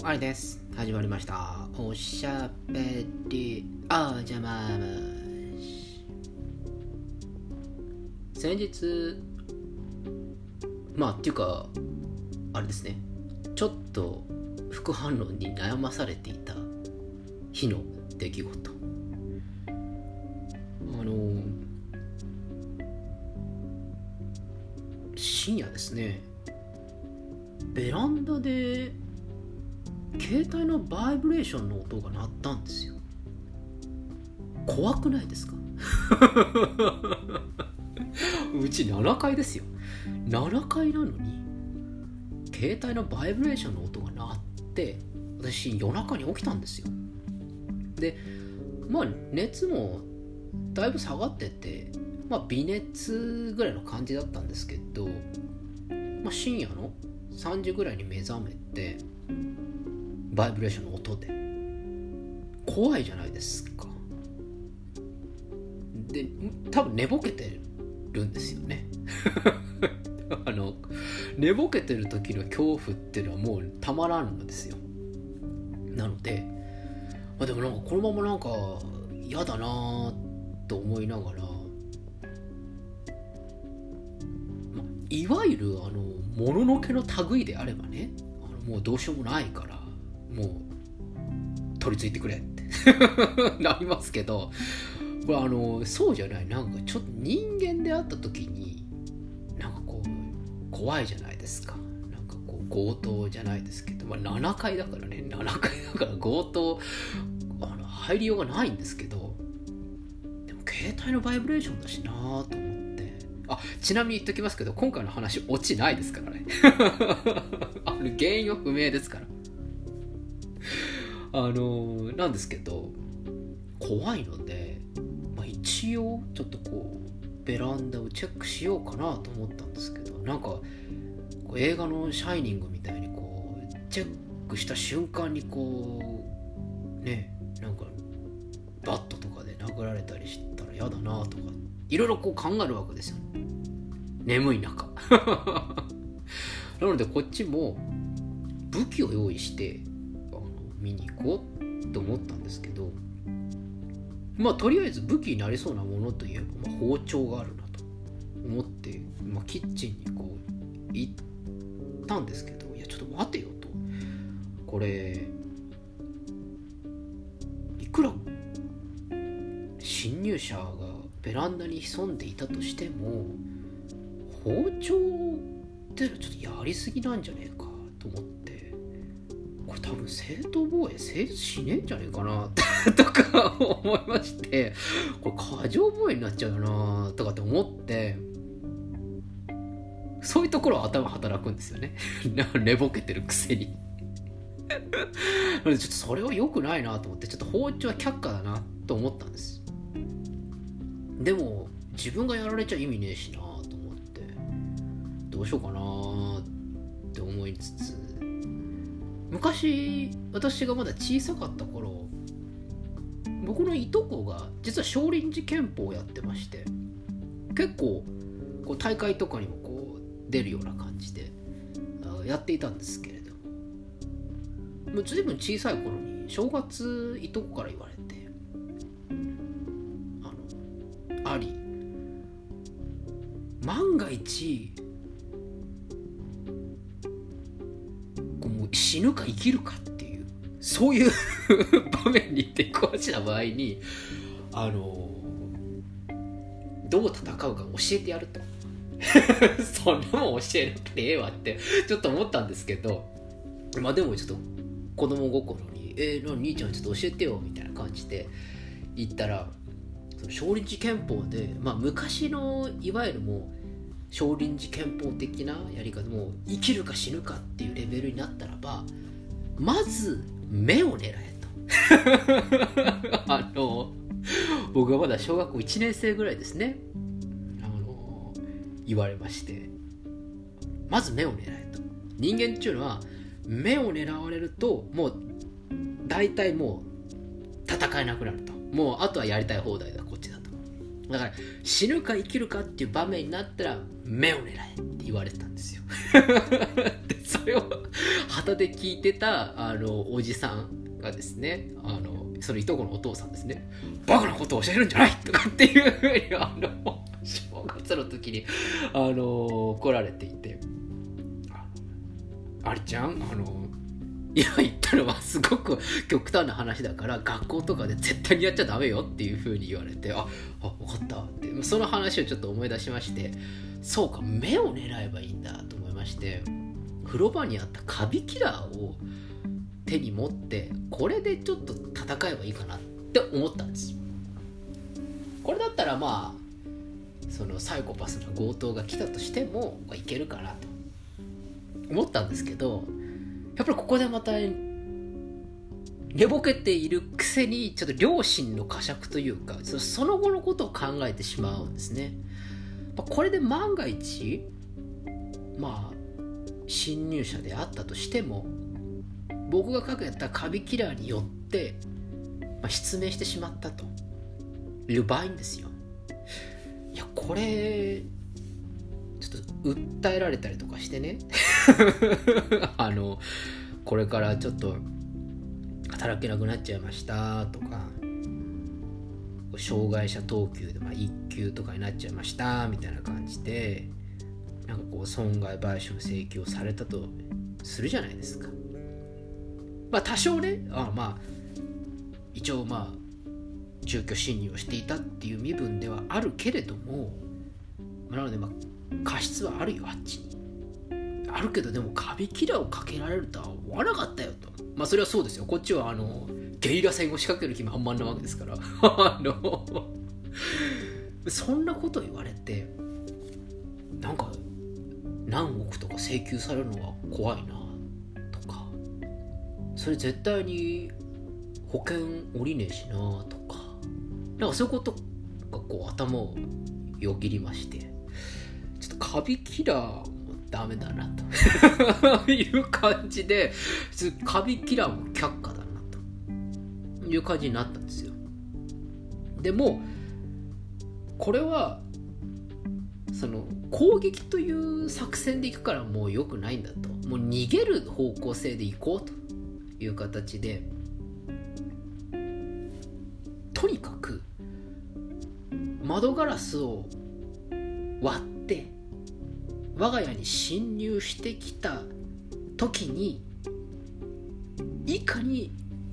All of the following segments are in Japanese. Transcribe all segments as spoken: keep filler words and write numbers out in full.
あれです。始まりました。おしゃべりおじゃまし。先日、まあっていうかあれですね。ちょっと副反応に悩まされていた日の出来事。あの深夜ですね。ベランダで携帯のバイブレーションの音が鳴ったんですよ。怖くないですか？うちななかいですよ。ななかいなのに携帯のバイブレーションの音が鳴って、私夜中に起きたんですよ。でまあ熱もだいぶ下がってて、まあ微熱ぐらいの感じだったんですけど、まあ、深夜のさんじぐらいに目覚めて、バイブレーションの音で怖いじゃないですか。で多分寝ぼけてるんですよね。あの寝ぼけてる時の恐怖っていうのはもうたまらんのですよ。なので、まあ、でもなんかこのままなんか嫌だなと思いながら、まあ、いわゆるあのもののけの類であればね、あのもうどうしようもないからもう取り付いてくれってなりますけど、これあのそうじゃない、なんかちょっと人間で会った時になんかこう怖いじゃないですか。なんかこう強盗じゃないですけど、まあ、ななかいだからね、ななかいだから強盗あの入りようがないんですけど、でも携帯のバイブレーションだしなと思って。あ、ちなみに言っときますけど、今回の話オチないですからね。あの原因は不明ですから。あのなんですけど、怖いので、まあ、一応ちょっとこうベランダをチェックしようかなと思ったんですけど、なんかこう映画のシャイニングみたいにこうチェックした瞬間にこうね、なんかバットとかで殴られたりしたら嫌だなとかいろいろこう考えるわけですよ。眠い中。なのでこっちも武器を用意してあの見に行こうと思ったんですけど、まあとりあえず武器になりそうなものといえば、まあ、包丁があるなと思って、まあ、キッチンにこう行ったんですけど、いやちょっと待てよと、これいくら侵入者がベランダに潜んでいたとしても包丁ってのはちょっとやりすぎなんじゃねえかと思って、これ多分正当防衛成立しねえんじゃねえかなとか思いまして、これ過剰防衛になっちゃうよなとかって思って、そういうところは頭働くんですよね。寝ぼけてるくせに。なのでちょっとそれは良くないなと思って、ちょっと包丁は却下だなと思ったんです。でも自分がやられちゃ意味ねえしなと思って、どうしようかなって思いつつ、昔私がまだ小さかった頃、僕のいとこが実は少林寺拳法をやってまして、結構こう大会とかにもこう出るような感じでやっていたんですけれども、もう随分小さい頃に正月いとこから言われて、あのあり万が一もう死ぬか生きるかっていう、そういう場面に出くわした場合に、あのどう戦うか教えてやると。そんなもん教えなくてええわってちょっと思ったんですけど、まあでもちょっと子供心に、えー、兄ちゃんちょっと教えてよみたいな感じで言ったら、その少林寺拳法で、まあ昔のいわゆるもう少林寺拳法的なやり方も生きるか死ぬかっていうレベルになったらば、まず目を狙えと。あの僕はまだ小学校いちねん生ぐらいですね、あの言われまして、まず目を狙えと。人間っていうのは目を狙われるともう大体もう戦えなくなると、もうあとはやりたい放題だこっちだと。 だから死ぬか生きるかっていう場面になったら目を狙えって言われてたんですよでそれを旗で聞いてたあのおじさんがですね、あのそのいとこのお父さんですね、バカなことを教えるんじゃないとかっていうふうにあの正月の時にあの怒られていて、ありちゃん、あの今言ったのはすごく極端な話だから学校とかで絶対にやっちゃダメよっていう風に言われて、あ、あ、分かったってその話をちょっと思い出しまして、そうか目を狙えばいいんだと思いまして、風呂場にあったカビキラーを手に持ってこれでちょっと戦えばいいかなって思ったんですよ。これだったらまあそのサイコパスな強盗が来たとしてもいけるかなと思ったんですけど、やっぱりここでまた寝ぼけているくせにちょっと良心の呵責というか、その後のことを考えてしまうんですね。これで万が一まあ侵入者であったとしても、僕がかけたカビキラーによって、まあ、失明してしまったという場合にですよ、いやこれちょっと訴えられたりとかしてねあのこれからちょっと働けなくなっちゃいましたとか、障害者等級でまあいっ級とかになっちゃいましたみたいな感じでなんかこう損害賠償請求をされたとするじゃないですか。まあ多少ね、あまあ一応まあ住居侵入をしていたっていう身分ではあるけれども、なのでまあ過失はあるよ、あっちにあるけど、でもカビキラーをかけられるとは思わなかったよと。まあそれはそうですよ、こっちはあのゲリラ戦を仕掛ける気満々なわけですからあのそんなこと言われてなんか何億とか請求されるのは怖いなとか、それ絶対に保険下りねえしなとか、なんかそういうことがこう頭をよぎりまして、ちょっとカビキラーもダメだなという感じで、カビキラーも却下だなという感じになったんですよ。でもこれはその攻撃という作戦でいくからもう良くないんだと、もう逃げる方向性でいこうという形で、とにかく窓ガラスを割って我が家に侵入してきた時にいかに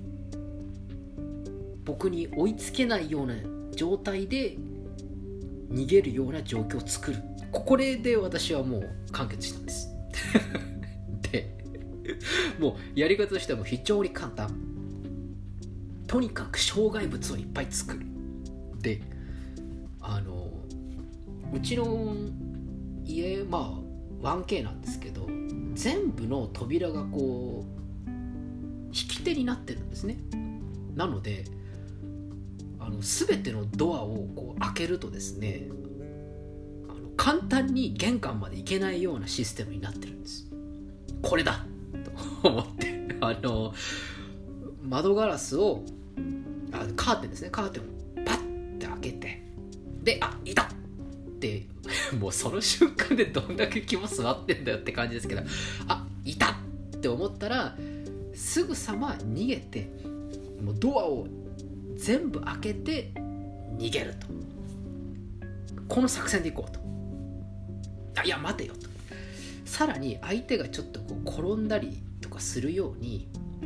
僕に追いつけないような状態で逃げるような状況を作る、これで私はもう完結したんですでもうやり方としてはもう非常に簡単、とにかく障害物をいっぱい作る。であのうちの家まあ ワンケー なんですけど、全部の扉がこう引き手になってるんですね。なのであの全てのドアをこう開けるとですね、あの簡単に玄関まで行けないようなシステムになってるんです。これだと思ってあの窓ガラスをあカーテンですね、カーテンをパッて開けて、であいたってもうその瞬間でどんだけ気も座ってんだよって感じですけど、あいたって思ったらすぐさま逃げて、もうドアを全部開けて逃げると、この作戦でいこうと。あいや待てよと、さらに相手がちょっとこう転んだりとかするように、あ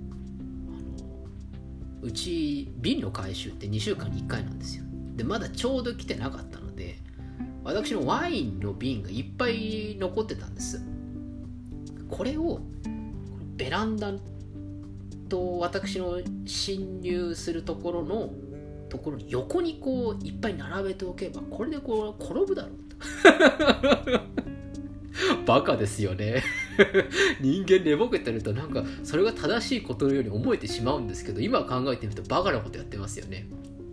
のうち瓶の回収ってにしゅうかんにいっかいなんですよ。でまだちょうど来てなかったので、私のワインの瓶がいっぱい残ってたんです。これをベランダと私の侵入するところのところに横にこういっぱい並べておけば、これでこう転ぶだろうとバカですよね人間寝ぼけてるとなんかそれが正しいことのように思えてしまうんですけど、今考えてみるとバカなことやってますよね。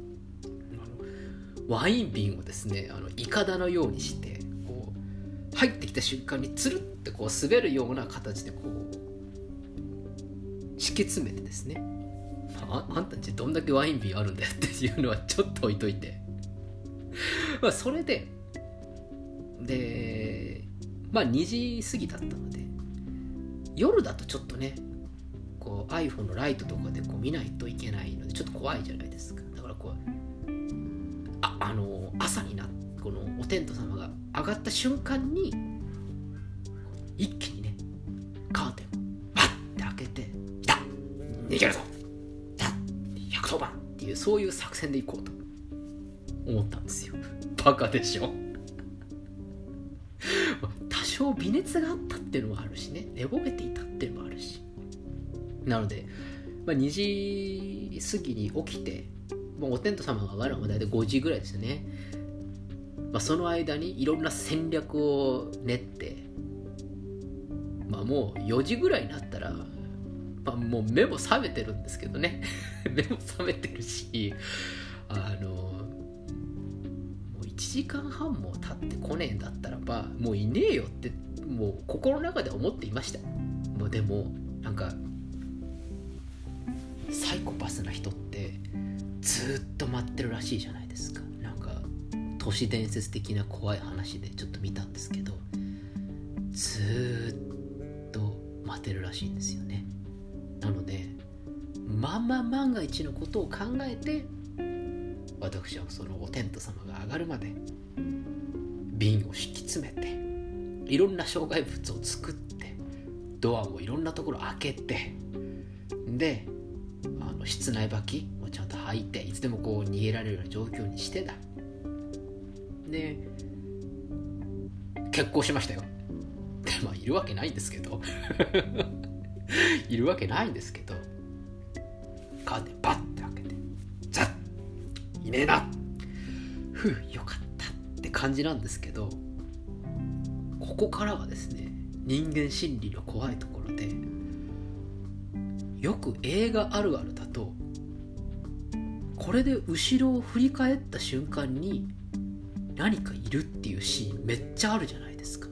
あのワイン瓶をですね、あのイカダのようにしてこう入ってきた瞬間につるってこう滑るような形でこう敷き詰めてですね、あ, あんたんちどんだけワイン瓶あるんだよっていうのはちょっと置いといて、 まあそれででまあにじ過ぎだったので、夜だとちょっとねこう iPhone のライトとかでこう見ないといけないのでちょっと怖いじゃないですか。だからこうあ、あの朝になこのお天道様が上がった瞬間に一気にねカーテンをバッて開けて、来た逃げるぞ、来たひゃくとおばんっていう、そういう作戦でいこうと思ったんですよ。バカでしょ多少微熱があったっていうのもあるしね、寝ぼけていたっていうのもあるし、なので、まあ、にじ過ぎに起きて、もうお天道様が上がるのは大体ごじぐらいですよね。まあ、その間にいろんな戦略を練って、まあ、もうよじぐらいになったら、まあ、もう目も覚めてるんですけどね目も覚めてるし、あのもういちじかんはんも経ってこねえんだったらばもういねえよってもう心の中で思っていました。もうでもなんかサイコパスな人ってずっと待ってるらしいじゃないですか。なんか都市伝説的な怖い話でちょっと見たんですけど、ずっと待てるらしいんですよね。なのでまんま万が一のことを考えて、私はそのお天道様が上がるまで瓶を敷き詰めていろんな障害物を作って、ドアもいろんなところ開けて、であの室内履きをちゃんと履いて、いつでもこう逃げられるような状況にしてだ。で結婚しましたよ。でまあいるわけないんですけどいるわけないんですけど、カーテンバッて開けて、ザッいねえな、ふうよかったって感じなんですけど、ここからはですね人間心理の怖いところで、よく映画あるあるだと、これで後ろを振り返った瞬間に何かいるっていうシーンめっちゃあるじゃないですか。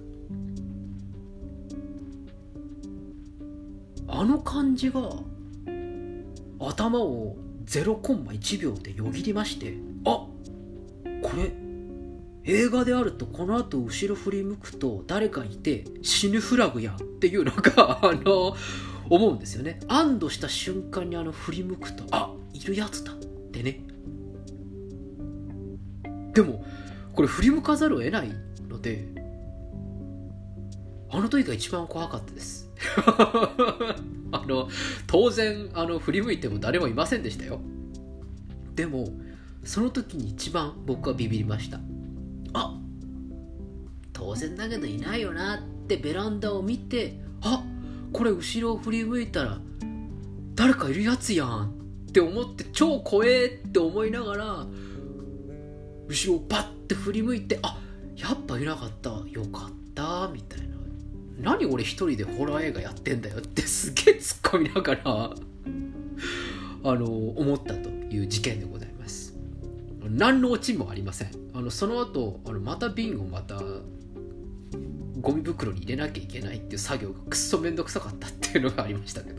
あの感じが頭をゼロコンマいちびょうでよぎりまして、あ、これ映画であるとこの後後ろ振り向くと誰かいて死ぬフラグやんっていうのがあの思うんですよね。安堵した瞬間にあの振り向くと、あ、いるやつだってね。でもこれ振り向かざるを得ないので、あの時が一番怖かったですあの当然あの振り向いても誰もいませんでしたよ。でもその時に一番僕はビビりました。あ、当然だけどいないよなってベランダを見て、あ、これ後ろを振り向いたら誰かいるやつやんって思って、超怖えって思いながら後ろをパッて振り向いて、あ、やっぱいなかった、よかったみたいな、何俺一人でホラー映画やってんだよってすげえ突っ込みながらあの思ったという事件でございます。何のオチもありません。あのその後あのまた瓶をまたゴミ袋に入れなきゃいけないっていう作業がくっそめんどくさかったっていうのがありましたけど、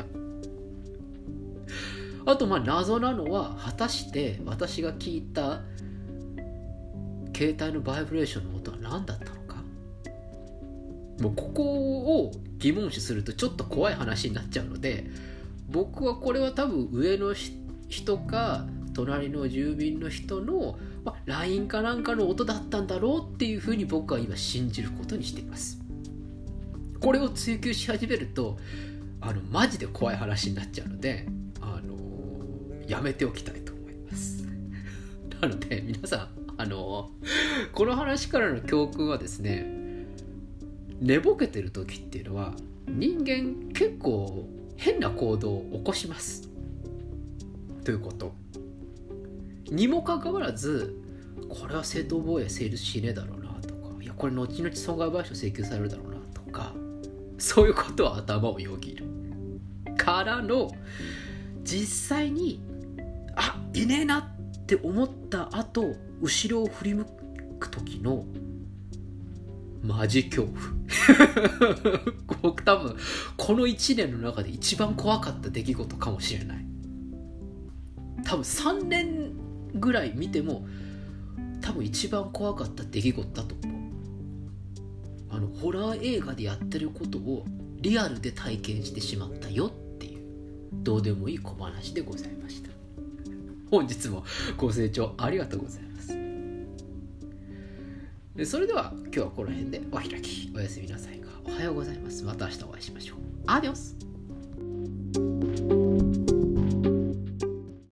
あとまあ謎なのは、果たして私が聞いた携帯のバイブレーションの音は何だったのか。もうここを疑問視するとちょっと怖い話になっちゃうので、僕はこれは多分上の人か隣の住民の人の、まあ、ライン かなんかの音だったんだろうっていうふうに僕は今信じることにしています。これを追求し始めるとあのマジで怖い話になっちゃうので、あのー、やめておきたいと思いますなので皆さん、あのー、この話からの教訓はですね、寝ぼけてる時っていうのは人間結構変な行動を起こしますということにもかかわらず、これは正当防衛成立しねえだろうなとか、いやこれ後々損害賠償請求されるだろうなとか、そういうことは頭をよぎるからの、実際にあ、いねえなって思った後後ろを振り向く時のマジ恐怖僕多分このいちねんの中で一番怖かった出来事かもしれない。多分さんねんぐらい見ても多分一番怖かった出来事だと思う。あのホラー映画でやってることをリアルで体験してしまったよっていうどうでもいい小話でございました。本日もご清聴ありがとうございます。でそれでは今日はこの辺でお開き。おやすみなさいか。おはようございます。また明日お会いしましょう。アディオス。